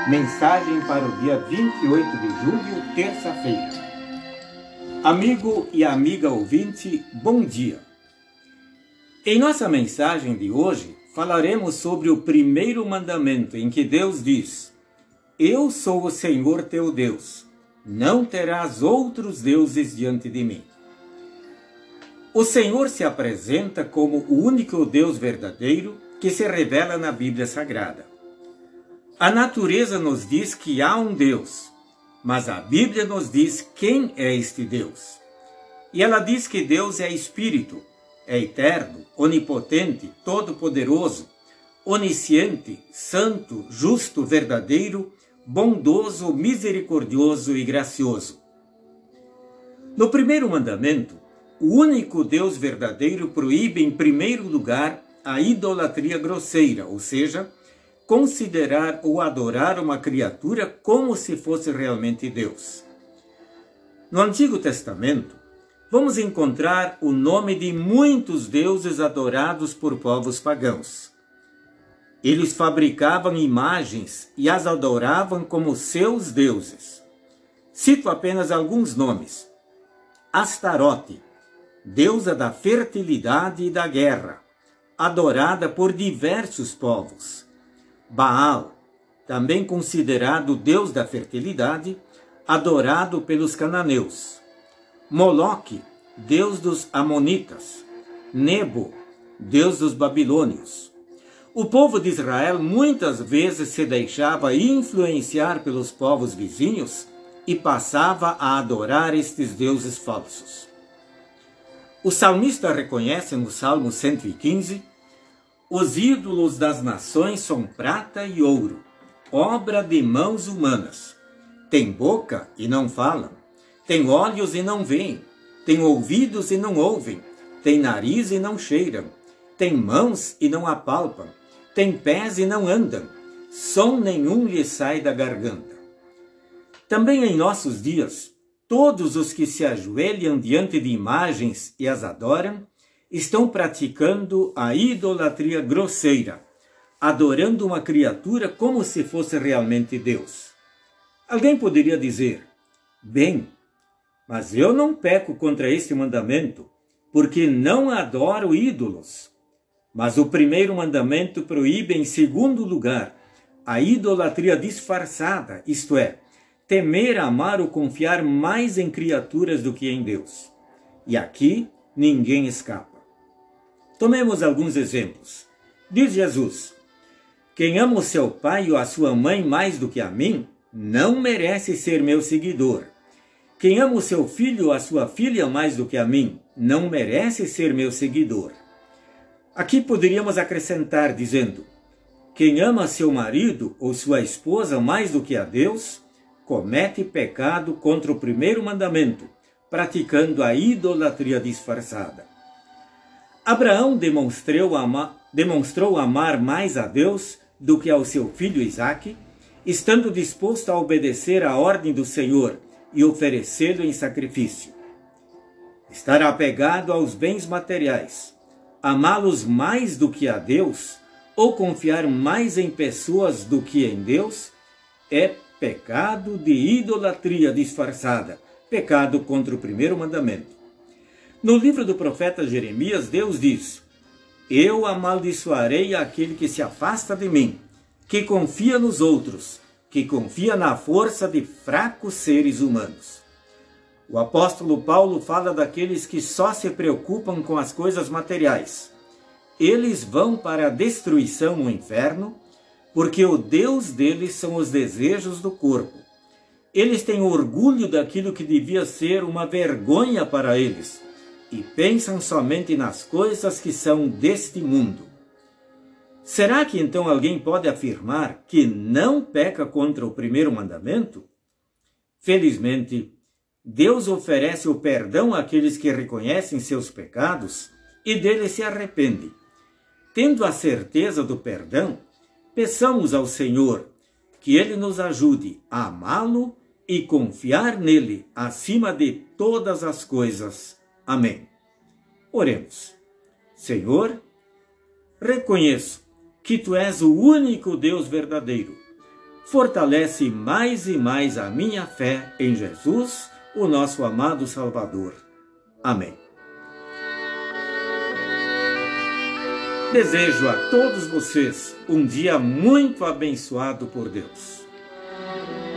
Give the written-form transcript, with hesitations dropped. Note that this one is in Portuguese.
Mensagem para o dia 28 de julho, terça-feira. Amigo e amiga ouvinte, bom dia. Em nossa mensagem de hoje, falaremos sobre o primeiro mandamento em que Deus diz: Eu sou o Senhor teu Deus, não terás outros deuses diante de mim. O Senhor se apresenta como o único Deus verdadeiro que se revela na Bíblia Sagrada. A natureza nos diz que há um Deus, mas a Bíblia nos diz quem é este Deus. E ela diz que Deus é Espírito, é eterno, onipotente, todo-poderoso, onisciente, santo, justo, verdadeiro, bondoso, misericordioso e gracioso. No primeiro mandamento, o único Deus verdadeiro proíbe em primeiro lugar a idolatria grosseira, ou seja, considerar ou adorar uma criatura como se fosse realmente Deus. No Antigo Testamento, vamos encontrar o nome de muitos deuses adorados por povos pagãos. Eles fabricavam imagens e as adoravam como seus deuses. Cito apenas alguns nomes. Astarote, deusa da fertilidade e da guerra, adorada por diversos povos. Baal, também considerado deus da fertilidade, adorado pelos cananeus. Moloque, deus dos amonitas. Nebo, deus dos babilônios. O povo de Israel muitas vezes se deixava influenciar pelos povos vizinhos e passava a adorar estes deuses falsos. O salmista reconhece no Salmo 115: Os ídolos das nações são prata e ouro, obra de mãos humanas. Tem boca e não falam, tem olhos e não veem, tem ouvidos e não ouvem, tem nariz e não cheiram, tem mãos e não apalpam, tem pés e não andam, som nenhum lhe sai da garganta. Também em nossos dias, todos os que se ajoelham diante de imagens e as adoram, estão praticando a idolatria grosseira, adorando uma criatura como se fosse realmente Deus. Alguém poderia dizer: bem, mas eu não peco contra este mandamento, porque não adoro ídolos. Mas o primeiro mandamento proíbe, em segundo lugar, a idolatria disfarçada, isto é, temer, amar ou confiar mais em criaturas do que em Deus. E aqui ninguém escapa. Tomemos alguns exemplos. Diz Jesus: quem ama o seu pai ou a sua mãe mais do que a mim, não merece ser meu seguidor. Quem ama o seu filho ou a sua filha mais do que a mim, não merece ser meu seguidor. Aqui poderíamos acrescentar dizendo: quem ama seu marido ou sua esposa mais do que a Deus, comete pecado contra o primeiro mandamento, praticando a idolatria disfarçada. Abraão demonstrou amar mais a Deus do que ao seu filho Isaque, estando disposto a obedecer à ordem do Senhor e oferecê-lo em sacrifício. Estar apegado aos bens materiais, amá-los mais do que a Deus, ou confiar mais em pessoas do que em Deus, é pecado de idolatria disfarçada, pecado contra o primeiro mandamento. No livro do profeta Jeremias, Deus diz: eu amaldiçoarei aquele que se afasta de mim, que confia nos outros, que confia na força de fracos seres humanos. O apóstolo Paulo fala daqueles que só se preocupam com as coisas materiais. Eles vão para a destruição no inferno, porque o Deus deles são os desejos do corpo. Eles têm orgulho daquilo que devia ser uma vergonha para eles, e pensam somente nas coisas que são deste mundo. Será que então alguém pode afirmar que não peca contra o primeiro mandamento? Felizmente, Deus oferece o perdão àqueles que reconhecem seus pecados e dele se arrependem. Tendo a certeza do perdão, peçamos ao Senhor que Ele nos ajude a amá-lo e confiar nele acima de todas as coisas. Amém. Oremos. Senhor, reconheço que Tu és o único Deus verdadeiro. fortalece mais e mais a minha fé em Jesus, o nosso amado Salvador. Amém. Desejo a todos vocês um dia muito abençoado por Deus.